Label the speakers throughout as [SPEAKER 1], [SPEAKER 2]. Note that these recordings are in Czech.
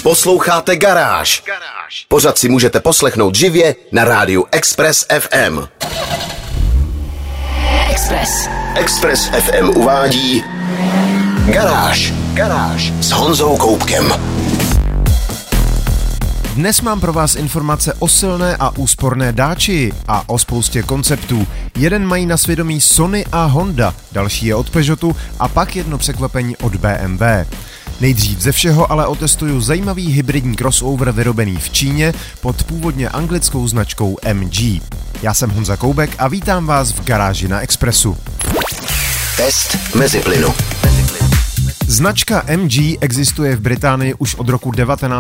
[SPEAKER 1] Posloucháte Garáž. Pořad si můžete poslechnout živě na rádiu Express FM. Express FM uvádí Garáž s Honzou Koubkem.
[SPEAKER 2] Dnes mám pro vás informace o silné a úsporné Dačii a o spoustě konceptů. Jeden mají na svědomí Sony a Honda, další je od Peugeotu a pak jedno překvapení od BMW. Nejdřív ze všeho ale otestuju zajímavý hybridní crossover vyrobený v Číně pod původně anglickou značkou MG. Já jsem Honza Koubek a vítám vás v Garáži na Expressu.
[SPEAKER 1] Test meziplynu.
[SPEAKER 2] Značka MG existuje v Británii už od roku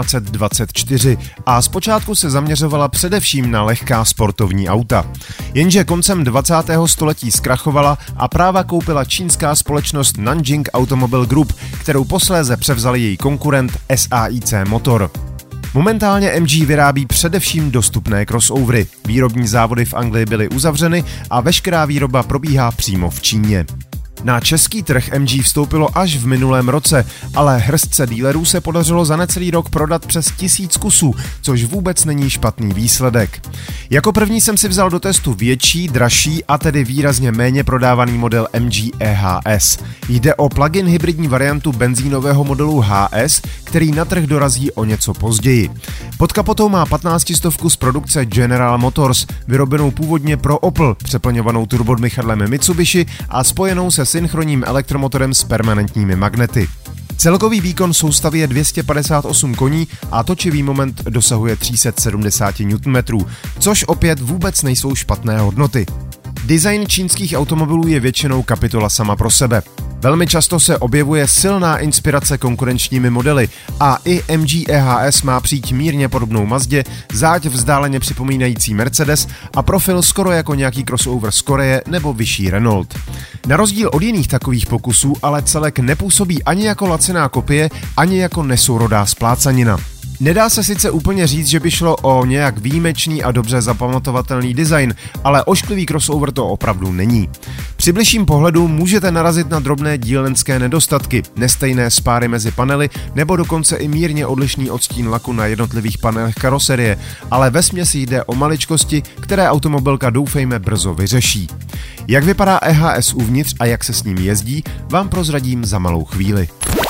[SPEAKER 2] 1924 a zpočátku se zaměřovala především na lehká sportovní auta. Jenže koncem 20. století zkrachovala a práva koupila čínská společnost Nanjing Automobile Group, kterou posléze převzal její konkurent SAIC Motor. Momentálně MG vyrábí především dostupné crossovery. Výrobní závody v Anglii byly uzavřeny a veškerá výroba probíhá přímo v Číně. Na český trh MG vstoupilo až v minulém roce, ale hrstce dílerů se podařilo za necelý rok prodat přes 1000 kusů, což vůbec není špatný výsledek. Jako první jsem si vzal do testu větší, dražší a tedy výrazně méně prodávaný model MG EHS. Jde o plug-in hybridní variantu benzínového modelu HS, který na trh dorazí o něco později. Pod kapotou má 1500 z produkce General Motors, vyrobenou původně pro Opel, přeplňovanou turbodmychadlem Mitsubishi a spojenou se synchronním elektromotorem s permanentními magnety. Celkový výkon soustavy je 258 koní a točivý moment dosahuje 370 Nm, což opět vůbec nejsou špatné hodnoty. Design čínských automobilů je většinou kapitola sama pro sebe. Velmi často se objevuje silná inspirace konkurenčními modely a i MG EHS má příď mírně podobnou Mazdě, záď vzdáleně připomínající Mercedes a profil skoro jako nějaký crossover z Koreje nebo vyšší Renault. Na rozdíl od jiných takových pokusů ale celek nepůsobí ani jako laciná kopie, ani jako nesourodá splácanina. Nedá se sice úplně říct, že by šlo o nějak výjimečný a dobře zapamatovatelný design, ale ošklivý crossover to opravdu není. Při bližším pohledu můžete narazit na drobné dílnické nedostatky, nestejné spáry mezi panely nebo dokonce i mírně odlišný odstín laku na jednotlivých panelech karoserie, ale vesměs jde o maličkosti, které automobilka doufejme brzo vyřeší. Jak vypadá EHS uvnitř a jak se s ním jezdí, vám prozradím za malou chvíli.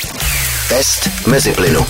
[SPEAKER 1] Test meziplynu.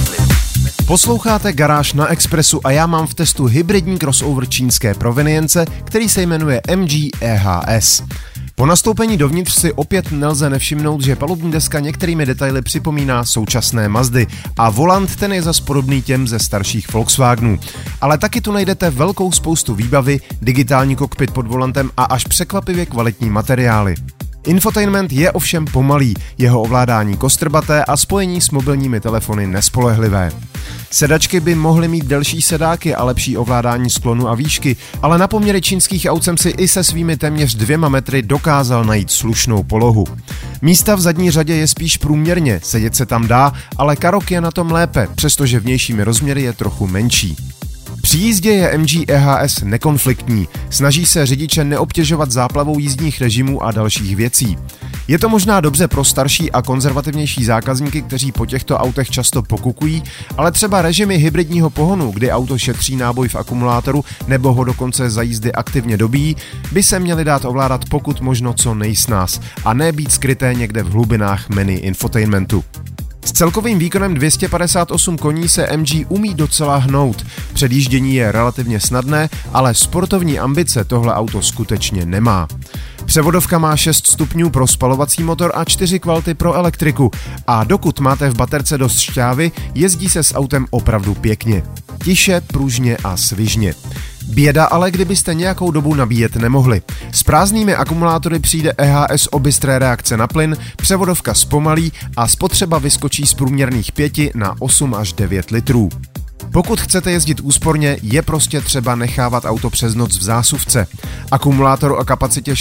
[SPEAKER 2] Posloucháte Garáž na Expressu a já mám v testu hybridní crossover čínské provenience, který se jmenuje MG EHS. Po nastoupení dovnitř si opět nelze nevšimnout, že palubní deska některými detaily připomíná současné Mazdy a volant ten je zas podobný těm ze starších Volkswagenů. Ale taky tu najdete velkou spoustu výbavy, digitální kokpit pod volantem a až překvapivě kvalitní materiály. Infotainment je ovšem pomalý, jeho ovládání kostrbaté a spojení s mobilními telefony nespolehlivé. Sedačky by mohly mít delší sedáky a lepší ovládání sklonu a výšky, ale na poměry čínských aut jsem si i se svými téměř 2 metry dokázal najít slušnou polohu. Místa v zadní řadě je spíš průměrně, sedět se tam dá, ale Karoq je na tom lépe, přestože vnějšími rozměry je trochu menší. Při jízdě je MG EHS nekonfliktní, snaží se řidiče neobtěžovat záplavou jízdních režimů a dalších věcí. Je to možná dobře pro starší a konzervativnější zákazníky, kteří po těchto autech často pokukují, ale třeba režimy hybridního pohonu, kdy auto šetří náboj v akumulátoru nebo ho dokonce za jízdy aktivně dobíjí, by se měly dát ovládat pokud možno co nejsnáz a ne být skryté někde v hlubinách menu infotainmentu. S celkovým výkonem 258 koní se MG umí docela hnout. Předjíždění je relativně snadné, ale sportovní ambice tohle auto skutečně nemá. Převodovka má 6 stupňů pro spalovací motor a 4 kvality pro elektriku a dokud máte v baterce dost šťávy, jezdí se s autem opravdu pěkně. Tiše, pružně a svižně. Běda ale, kdybyste nějakou dobu nabíjet nemohli. S prázdnými akumulátory přijde EHS o bystré reakce na plyn, převodovka zpomalí a spotřeba vyskočí z průměrných 5 na 8 až 9 litrů. Pokud chcete jezdit úsporně, je prostě třeba nechávat auto přes noc v zásuvce. Akumulátor o kapacitě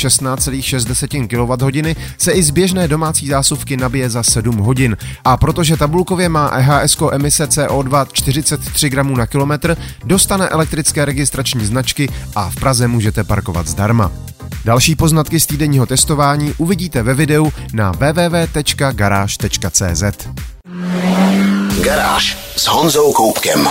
[SPEAKER 2] 16,6 kWh se i z běžné domácí zásuvky nabije za 7 hodin a protože tabulkově má EHS-ko emise CO2 43 gramů na kilometr, dostane elektrické registrační značky a v Praze můžete parkovat zdarma. Další poznatky z týdenního testování uvidíte ve videu na www.garage.cz.
[SPEAKER 1] Garáž s Honzou Koubkem.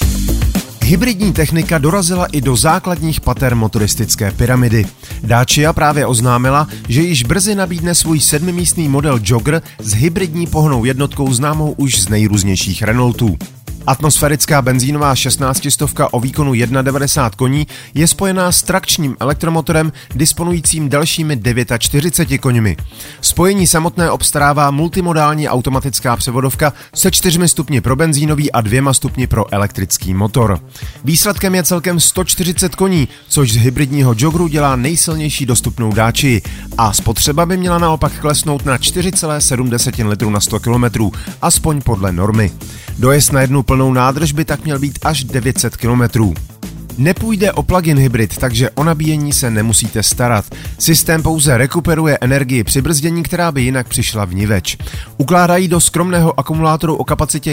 [SPEAKER 2] Hybridní technika dorazila i do základních pater motoristické pyramidy. Dacia právě oznámila, že již brzy nabídne svůj 7místný model Jogger s hybridní pohonnou jednotkou známou už z nejrůznějších Renaultů. Atmosférická benzínová 1600 o výkonu 190 koní je spojená s trakčním elektromotorem disponujícím dalšími 49 koňmi. Spojení samotné obstarává multimodální automatická převodovka se 4 stupni pro benzínový a 2 stupni pro elektrický motor. Výsledkem je celkem 140 koní, což z hybridního Joggeru dělá nejsilnější dostupnou Dacii a spotřeba by měla naopak klesnout na 4,7 litru na 100 km, aspoň podle normy. Dojezd na jednu plnou nádrž by tak měl být až 900 km. Nepůjde o plug-in hybrid, takže o nabíjení se nemusíte starat. Systém pouze rekuperuje energii při brzdění, která by jinak přišla vniveč. Ukládají do skromného akumulátoru o kapacitě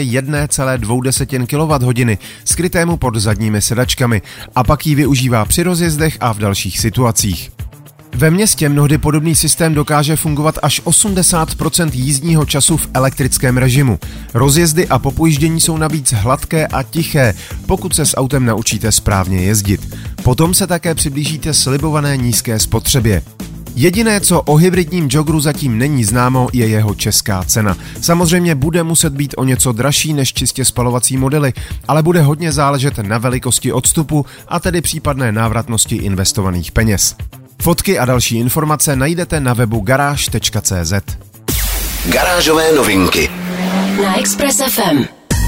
[SPEAKER 2] 1,2 kWh, skrytému pod zadními sedačkami, a pak ji využívá při rozjezdech a v dalších situacích. Ve městě mnohdy podobný systém dokáže fungovat až 80% jízdního času v elektrickém režimu. Rozjezdy a popojíždění jsou navíc hladké a tiché, pokud se s autem naučíte správně jezdit. Potom se také přiblížíte slibované nízké spotřebě. Jediné, co o hybridním Joggeru zatím není známo, je jeho česká cena. Samozřejmě bude muset být o něco dražší než čistě spalovací modely, ale bude hodně záležet na velikosti odstupu a tedy případné návratnosti investovaných peněz. Fotky a další informace najdete na webu garage.cz.
[SPEAKER 1] Garážové novinky
[SPEAKER 3] na Express FM.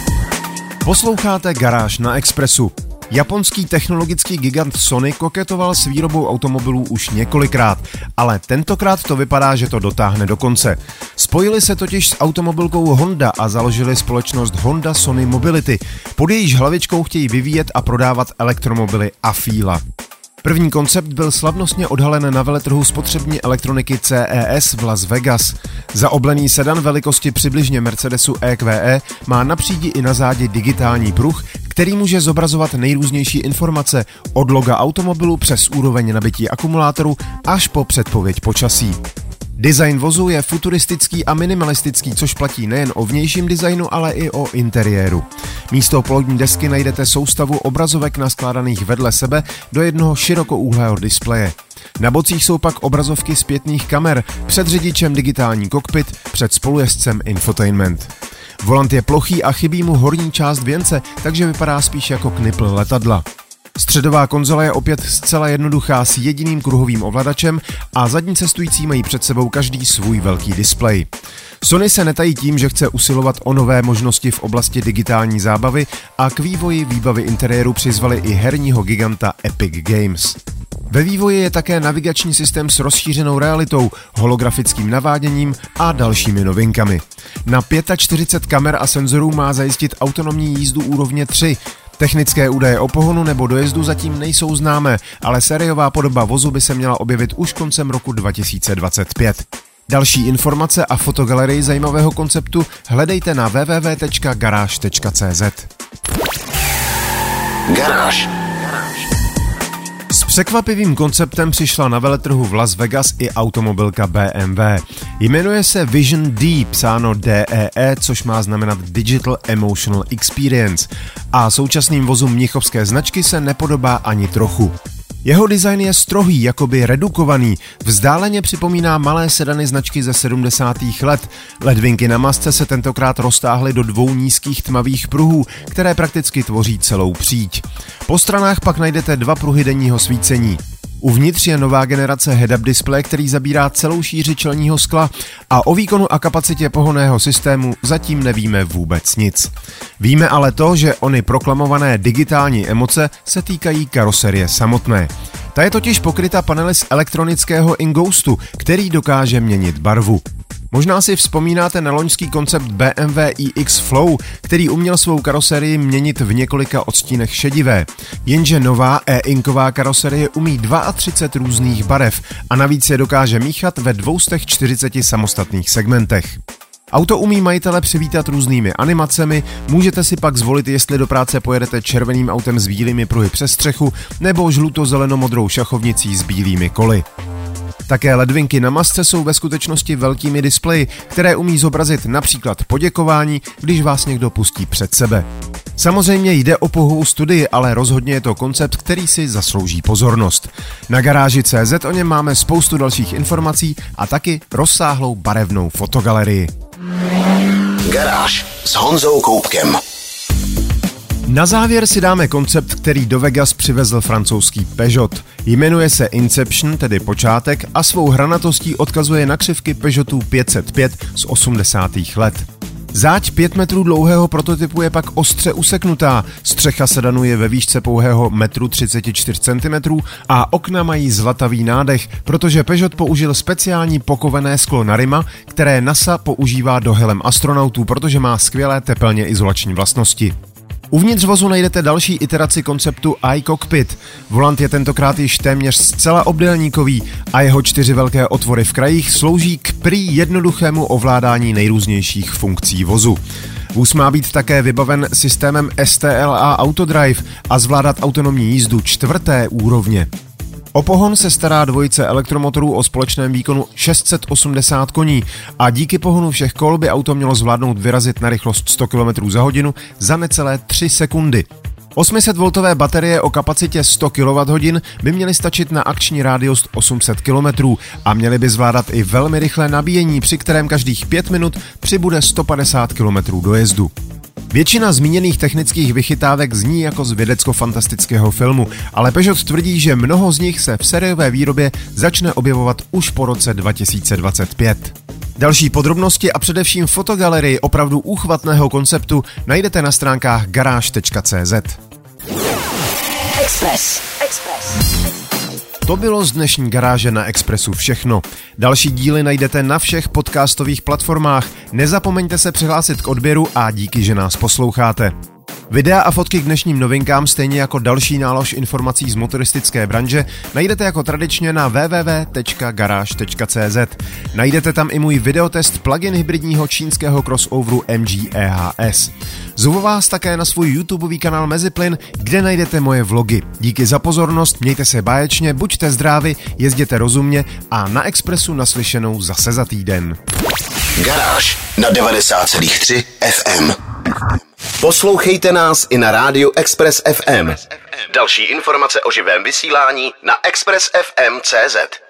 [SPEAKER 2] Posloucháte Garáž na Expressu. Japonský technologický gigant Sony koketoval s výrobou automobilů už několikrát, ale tentokrát to vypadá, že to dotáhne do konce. Spojili se totiž s automobilkou Honda a založili společnost Honda Sony Mobility. Pod jejíž hlavičkou chtějí vyvíjet a prodávat elektromobily Afeela. První koncept byl slavnostně odhalen na veletrhu spotřební elektroniky CES v Las Vegas. Zaoblený sedan velikosti přibližně Mercedesu EQE má na přídi i na zádi digitální pruh, který může zobrazovat nejrůznější informace od loga automobilu přes úroveň nabití akumulátoru až po předpověď počasí. Design vozu je futuristický a minimalistický, což platí nejen o vnějším designu, ale i o interiéru. Místo polodní desky najdete soustavu obrazovek naskládaných vedle sebe do jednoho širokoúhlého displeje. Na bocích jsou pak obrazovky zpětných kamer, před řidičem digitální kokpit, před spolujezdcem infotainment. Volant je plochý a chybí mu horní část věnce, takže vypadá spíš jako knipl letadla. Středová konzola je opět zcela jednoduchá s jediným kruhovým ovladačem a zadní cestující mají před sebou každý svůj velký displej. Sony se netají tím, že chce usilovat o nové možnosti v oblasti digitální zábavy a k vývoji výbavy interiéru přizvali i herního giganta Epic Games. Ve vývoji je také navigační systém s rozšířenou realitou, holografickým naváděním a dalšími novinkami. Na 45 kamer a senzorů má zajistit autonomní jízdu úrovně 3. Technické údaje o pohonu nebo dojezdu zatím nejsou známé, ale sériová podoba vozu by se měla objevit už koncem roku 2025. Další informace a fotogalerii zajímavého konceptu hledejte na www.garage.cz.
[SPEAKER 1] Garáž.
[SPEAKER 2] S překvapivým konceptem přišla na veletrhu v Las Vegas i automobilka BMW. Jmenuje se Vision D, psáno DEE, což má znamenat Digital Emotional Experience, a současným vozům mnichovské značky se nepodobá ani trochu. Jeho design je strohý, jakoby redukovaný, vzdáleně připomíná malé sedany značky ze 70. let. Ledvinky na masce se tentokrát roztáhly do 2 nízkých tmavých pruhů, které prakticky tvoří celou příď. Po stranách pak najdete 2 pruhy denního svícení. Uvnitř je nová generace head-up displeje, který zabírá celou šíři čelního skla, a o výkonu a kapacitě pohonného systému zatím nevíme vůbec nic. Víme ale to, že ony proklamované digitální emoce se týkají karoserie samotné. Ta je totiž pokryta panely z elektronického ingoustu, který dokáže měnit barvu. Možná si vzpomínáte na loňský koncept BMW iX Flow, který uměl svou karoserii měnit v několika odstínech šedivé. Jenže nová e-inková karoserie umí 32 různých barev a navíc je dokáže míchat ve 240 samostatných segmentech. Auto umí majitele přivítat různými animacemi, můžete si pak zvolit, jestli do práce pojedete červeným autem s bílými pruhy přes střechu nebo žluto-zeleno-modrou šachovnicí s bílými koly. Také ledvinky na masce jsou ve skutečnosti velkými displeji, které umí zobrazit například poděkování, když vás někdo pustí před sebe. Samozřejmě jde o pouhou studii, ale rozhodně je to koncept, který si zaslouží pozornost. Na garáži.cz o něm máme spoustu dalších informací a taky rozsáhlou barevnou fotogalerii.
[SPEAKER 1] Garáž s Honzou Koubkem.
[SPEAKER 2] Na závěr si dáme koncept, který do Vegas přivezl francouzský Peugeot. Jmenuje se Inception, tedy počátek, a svou hranatostí odkazuje na křivky Peugeotu 505 z 80. let. Záď 5 metrů dlouhého prototypu je pak ostře useknutá, střecha sedanu je ve výšce pouhého 1,34 m a okna mají zlatavý nádech, protože Peugeot použil speciální pokovené sklo Narima, které NASA používá do helem astronautů, protože má skvělé tepelně izolační vlastnosti. Uvnitř vozu najdete další iteraci konceptu iCockpit. Volant je tentokrát již téměř zcela obdélníkový a jeho 4 velké otvory v krajích slouží k prý jednoduchému ovládání nejrůznějších funkcí vozu. Vůz má být také vybaven systémem STLA Autodrive a zvládat autonomní jízdu 4. úrovně. O pohon se stará dvojice elektromotorů o společném výkonu 680 koní a díky pohonu všech kol by auto mělo zvládnout vyrazit na rychlost 100 km za hodinu za necelé 3 sekundy. 800V baterie o kapacitě 100 kWh by měly stačit na akční rádius 800 km a měly by zvládat i velmi rychlé nabíjení, při kterém každých 5 minut přibude 150 km dojezdu. Většina zmíněných technických vychytávek zní jako z vědecko-fantastického filmu, ale Peugeot tvrdí, že mnoho z nich se v sériové výrobě začne objevovat už po roce 2025. Další podrobnosti a především fotogalerii opravdu úchvatného konceptu najdete na stránkách garáž.cz.
[SPEAKER 3] Express.
[SPEAKER 2] To bylo z dnešní garáže na Expressu všechno. Další díly najdete na všech podcastových platformách. Nezapomeňte se přihlásit k odběru a díky, že nás posloucháte. Videa a fotky k dnešním novinkám, stejně jako další nálož informací z motoristické branže, najdete jako tradičně na www.garage.cz. Najdete tam i můj videotest plug-in hybridního čínského crossoveru MG EHS. Zvu vás také na svůj YouTubeový kanál Meziplyn, kde najdete moje vlogy. Díky za pozornost, mějte se báječně, buďte zdraví, jezděte rozumně a na Expressu naslyšenou zase za týden.
[SPEAKER 1] Garáž na 90,3 FM. Poslouchejte nás i na rádiu Express FM. Další informace o živém vysílání na expressfm.cz.